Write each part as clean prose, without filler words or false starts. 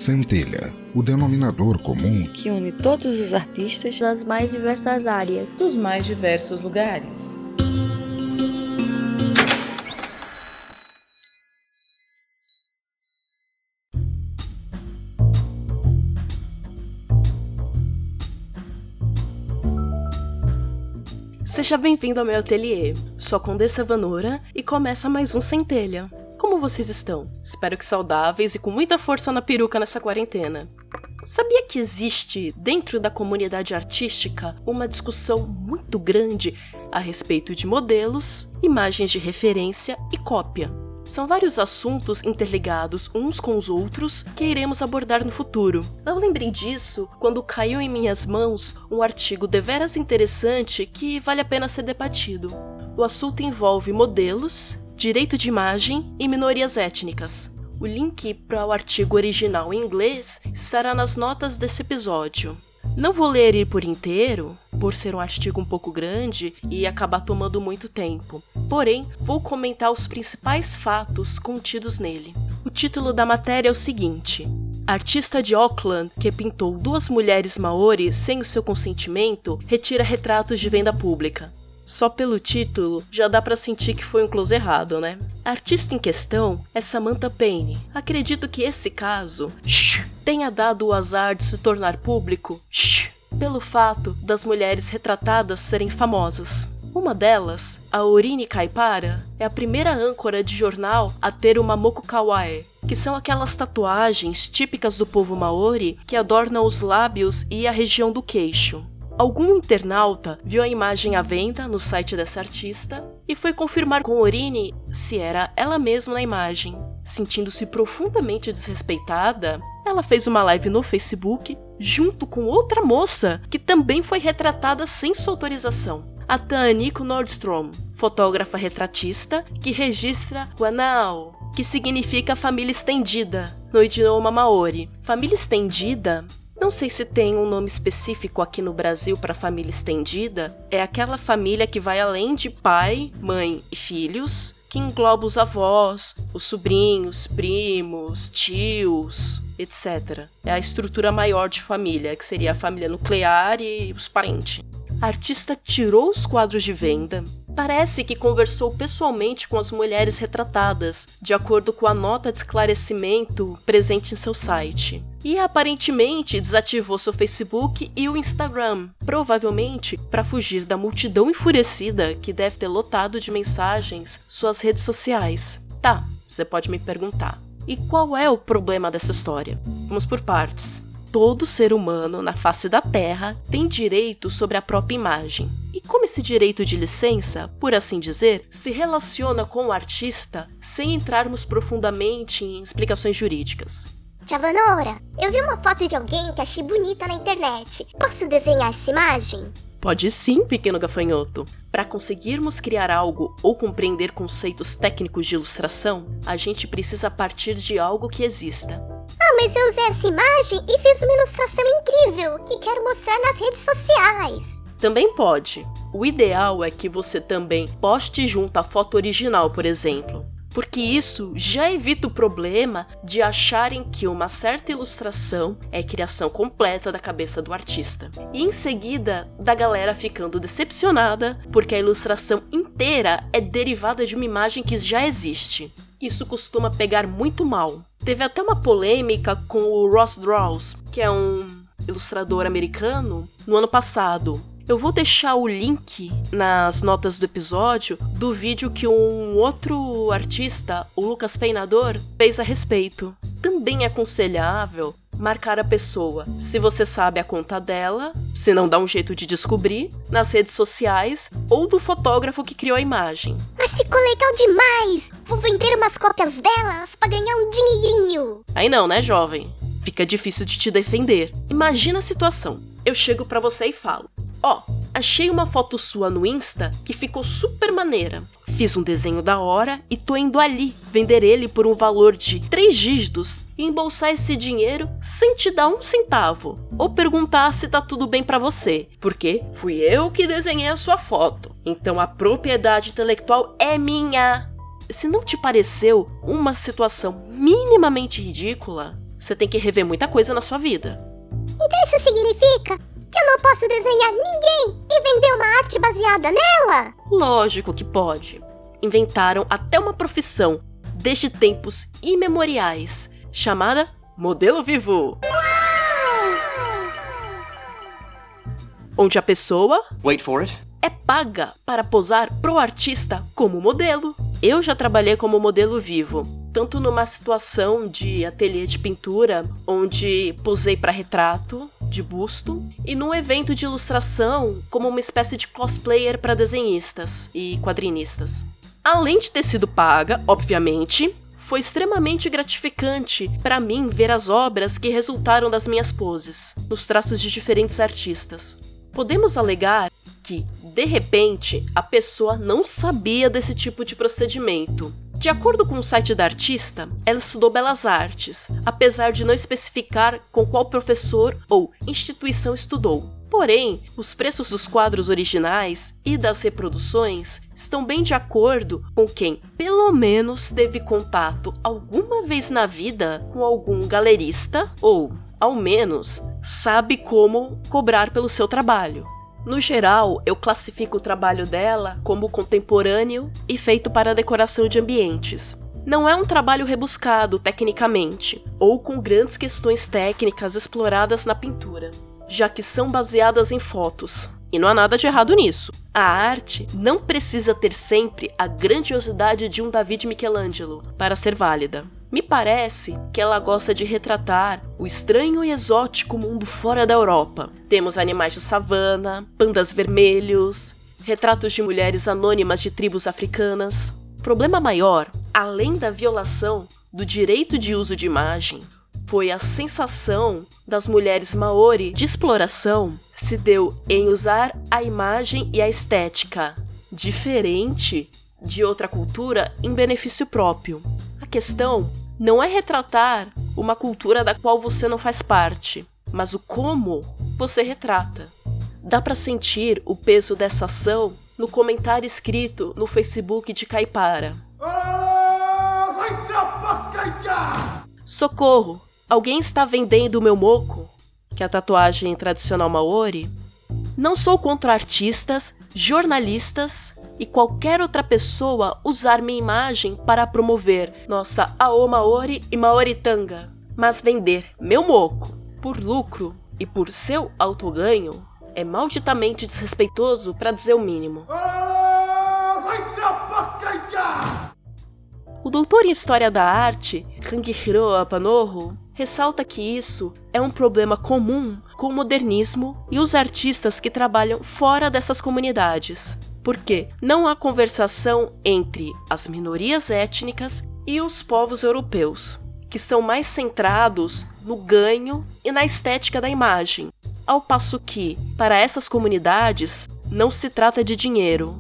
Centelha, o denominador comum que une todos os artistas das mais diversas áreas, dos mais diversos lugares. Seja bem-vindo ao meu ateliê. Sou a Condessa Vanora e começa mais um Centelha. Como vocês estão? Espero que saudáveis e com muita força na peruca nessa quarentena. Sabia que existe, dentro da comunidade artística, uma discussão muito grande a respeito de modelos, imagens de referência e cópia? São vários assuntos interligados uns com os outros que iremos abordar no futuro. Eu lembrei disso quando caiu em minhas mãos um artigo deveras interessante que vale a pena ser debatido. O assunto envolve modelos, direito de imagem e minorias étnicas. O link para o artigo original em inglês estará nas notas desse episódio. Não vou ler ele por inteiro, por ser um artigo um pouco grande e acabar tomando muito tempo. Porém, vou comentar os principais fatos contidos nele. O título da matéria é o seguinte: artista de Auckland que pintou 2 mulheres maori sem o seu consentimento retira retratos de venda pública. Só pelo título já dá pra sentir que foi um close errado, né? A artista em questão é Samantha Payne. Acredito que esse caso tenha dado o azar de se tornar público pelo fato das mulheres retratadas serem famosas. Uma delas, a Orine Kaipara, é a primeira âncora de jornal a ter uma moku kawaii, que são aquelas tatuagens típicas do povo maori que adornam os lábios e a região do queixo. Algum internauta viu a imagem à venda no site dessa artista e foi confirmar com Orine se era ela mesma na imagem. Sentindo-se profundamente desrespeitada, ela fez uma live no Facebook junto com outra moça que também foi retratada sem sua autorização, a Taaniko Nordstrom, fotógrafa retratista que registra Wanao, que significa família estendida, no idioma maori. Família estendida, não sei se tem um nome específico aqui no Brasil para família estendida, é aquela família que vai além de pai, mãe e filhos, que engloba os avós, os sobrinhos, primos, tios, etc. É a estrutura maior de família, que seria a família nuclear e os parentes. A artista tirou os quadros de venda. Parece que conversou pessoalmente com as mulheres retratadas, de acordo com a nota de esclarecimento presente em seu site. E aparentemente desativou seu Facebook e o Instagram, provavelmente para fugir da multidão enfurecida que deve ter lotado de mensagens suas redes sociais. Tá, você pode me perguntar: e qual é o problema dessa história? Vamos por partes. Todo ser humano na face da Terra tem direito sobre a própria imagem. E como esse direito de licença, por assim dizer, se relaciona com o artista sem entrarmos profundamente em explicações jurídicas? Tia Vanora, eu vi uma foto de alguém que achei bonita na internet. Posso desenhar essa imagem? Pode sim, pequeno gafanhoto. Para conseguirmos criar algo ou compreender conceitos técnicos de ilustração, a gente precisa partir de algo que exista. Ah, mas eu usei essa imagem e fiz uma ilustração incrível que quero mostrar nas redes sociais. Também pode. O ideal é que você também poste junto a foto original, por exemplo, porque isso já evita o problema de acharem que uma certa ilustração é criação completa da cabeça do artista. E em seguida, da galera ficando decepcionada porque a ilustração inteira é derivada de uma imagem que já existe. Isso costuma pegar muito mal. Teve até uma polêmica com o Ross Draws, que é um ilustrador americano, no ano passado. Eu vou deixar o link nas notas do episódio do vídeo que um outro artista, o Lucas Peinador, fez a respeito. Também é aconselhável marcar a pessoa, se você sabe a conta dela, se não dá um jeito de descobrir, nas redes sociais ou do fotógrafo que criou a imagem. Mas ficou legal demais! Vou vender umas cópias delas pra ganhar um dinheirinho. Aí não, né, jovem? Fica difícil de te defender. Imagina a situação. Eu chego pra você e falo: achei uma foto sua no Insta que ficou super maneira. Fiz um desenho da hora e tô indo ali vender ele por um valor de 3 dígitos e embolsar esse dinheiro sem te dar 1 centavo. Ou perguntar se tá tudo bem pra você, porque fui eu que desenhei a sua foto. Então a propriedade intelectual é minha. Se não te pareceu uma situação minimamente ridícula, Você tem que rever muita coisa na sua vida. Então isso significa que eu não posso desenhar ninguém e vender uma arte baseada nela? Lógico que pode. Inventaram até uma profissão, desde tempos imemoriais, chamada modelo vivo. Onde a pessoa Wait for it. é paga para posar pro artista como modelo. Eu já trabalhei como modelo vivo, tanto numa situação de ateliê de pintura, onde posei para retrato, de busto, e num evento de ilustração como uma espécie de cosplayer para desenhistas e quadrinistas. Além de ter sido paga, obviamente, foi extremamente gratificante para mim ver as obras que resultaram das minhas poses, nos traços de diferentes artistas. Podemos alegar que, de repente, a pessoa não sabia desse tipo de procedimento. De acordo com o site da artista, ela estudou Belas Artes, apesar de não especificar com qual professor ou instituição estudou. Porém, os preços dos quadros originais e das reproduções estão bem de acordo com quem, pelo menos, teve contato alguma vez na vida com algum galerista ou, ao menos, sabe como cobrar pelo seu trabalho. No geral, eu classifico o trabalho dela como contemporâneo e feito para decoração de ambientes. Não é um trabalho rebuscado tecnicamente, ou com grandes questões técnicas exploradas na pintura, já que são baseadas em fotos. E não há nada de errado nisso. A arte não precisa ter sempre a grandiosidade de um David Michelangelo para ser válida. Me parece que ela gosta de retratar o estranho e exótico mundo fora da Europa. Temos animais de savana, pandas vermelhos, retratos de mulheres anônimas de tribos africanas. O problema maior, além da violação do direito de uso de imagem, foi a sensação das mulheres maori de exploração se deu em usar a imagem e a estética diferente de outra cultura em benefício próprio. A questão não é retratar uma cultura da qual você não faz parte, mas o como você retrata. Dá para sentir o peso dessa ação no comentário escrito no Facebook de Caipara. Socorro! Alguém está vendendo o meu moco? Que é a tatuagem tradicional maori? Não sou contra artistas, jornalistas e qualquer outra pessoa usar minha imagem para promover nossa Ao Maori e Maoritanga, mas vender meu moco por lucro e por seu autoganho é malditamente desrespeitoso, para dizer o mínimo. O doutor em História da Arte, Kangihiro Apanoho, ressalta que isso é um problema comum com o modernismo e os artistas que trabalham fora dessas comunidades, porque não há conversação entre as minorias étnicas e os povos europeus, que são mais centrados no ganho e na estética da imagem, ao passo que, para essas comunidades, não se trata de dinheiro.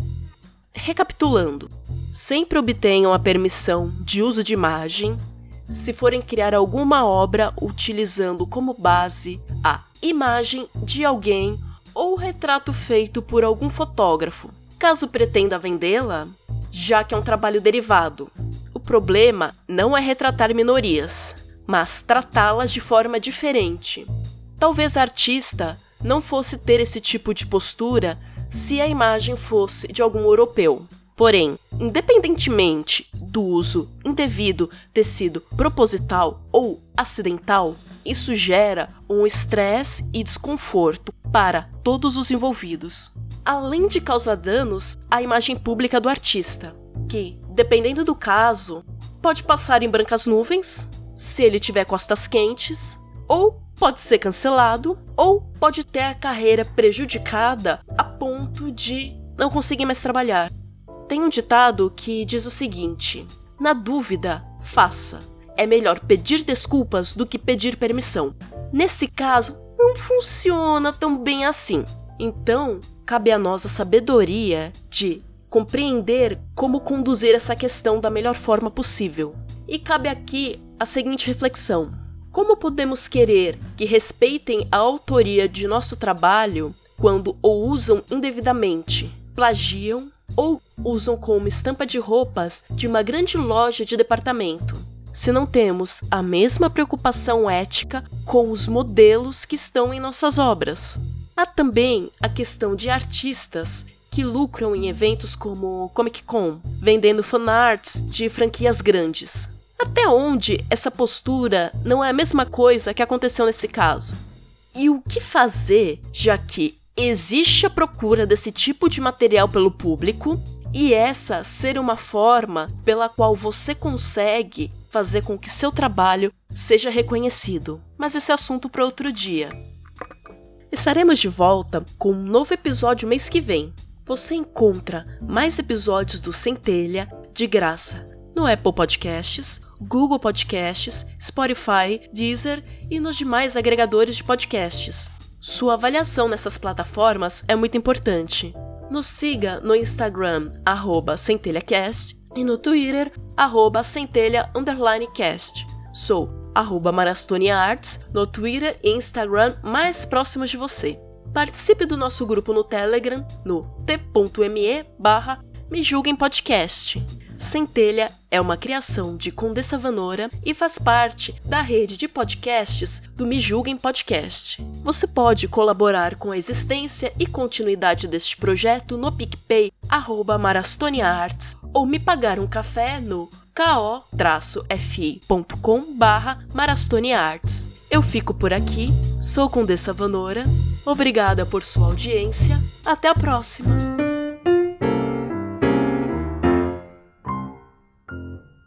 Recapitulando, sempre obtenham a permissão de uso de imagem se forem criar alguma obra utilizando como base a imagem de alguém ou retrato feito por algum fotógrafo. Caso pretenda vendê-la, já que é um trabalho derivado, o problema não é retratar minorias, mas tratá-las de forma diferente. Talvez a artista não fosse ter esse tipo de postura se a imagem fosse de algum europeu. Porém, independentemente do uso indevido ter sido proposital ou acidental, isso gera um estresse e desconforto para todos os envolvidos, além de causar danos à imagem pública do artista, que, dependendo do caso, pode passar em brancas nuvens, se ele tiver costas quentes, ou pode ser cancelado, ou pode ter a carreira prejudicada a ponto de não conseguir mais trabalhar. Tem um ditado que diz o seguinte: na dúvida, faça. É melhor pedir desculpas do que pedir permissão. Nesse caso, não funciona tão bem assim. Então, cabe a nós a sabedoria de compreender como conduzir essa questão da melhor forma possível. E cabe aqui a seguinte reflexão: como podemos querer que respeitem a autoria de nosso trabalho quando o usam indevidamente, plagiam ou usam como estampa de roupas de uma grande loja de departamento? se não temos a mesma preocupação ética com os modelos que estão em nossas obras. Há também a questão de artistas que lucram em eventos como Comic Con, vendendo fanarts de franquias grandes. Até onde essa postura não é a mesma coisa que aconteceu nesse caso? E o que fazer, já que existe a procura desse tipo de material pelo público, e essa ser uma forma pela qual você consegue fazer com que seu trabalho seja reconhecido. Mas esse é assunto para outro dia. Estaremos de volta com um novo episódio mês que vem. Você encontra mais episódios do Centelha de graça no Apple Podcasts, Google Podcasts, Spotify, Deezer e nos demais agregadores de podcasts. Sua avaliação nessas plataformas é muito importante. Nos siga no Instagram, @centelhacast, e no Twitter, @centelha_cast. Sou @marastoniaarts no Twitter e Instagram mais próximos de você. Participe do nosso grupo no Telegram, no t.me/Me Julguem Podcast. Centelha é uma criação de Condessa Vanora e faz parte da rede de podcasts do Me Julguem Podcast. Você pode colaborar com a existência e continuidade deste projeto no PicPay @marastoniaarts ou me pagar um café no ko-fi.com/marastoniaarts. Eu fico por aqui, sou Condessa Vanora, obrigada por sua audiência, até a próxima!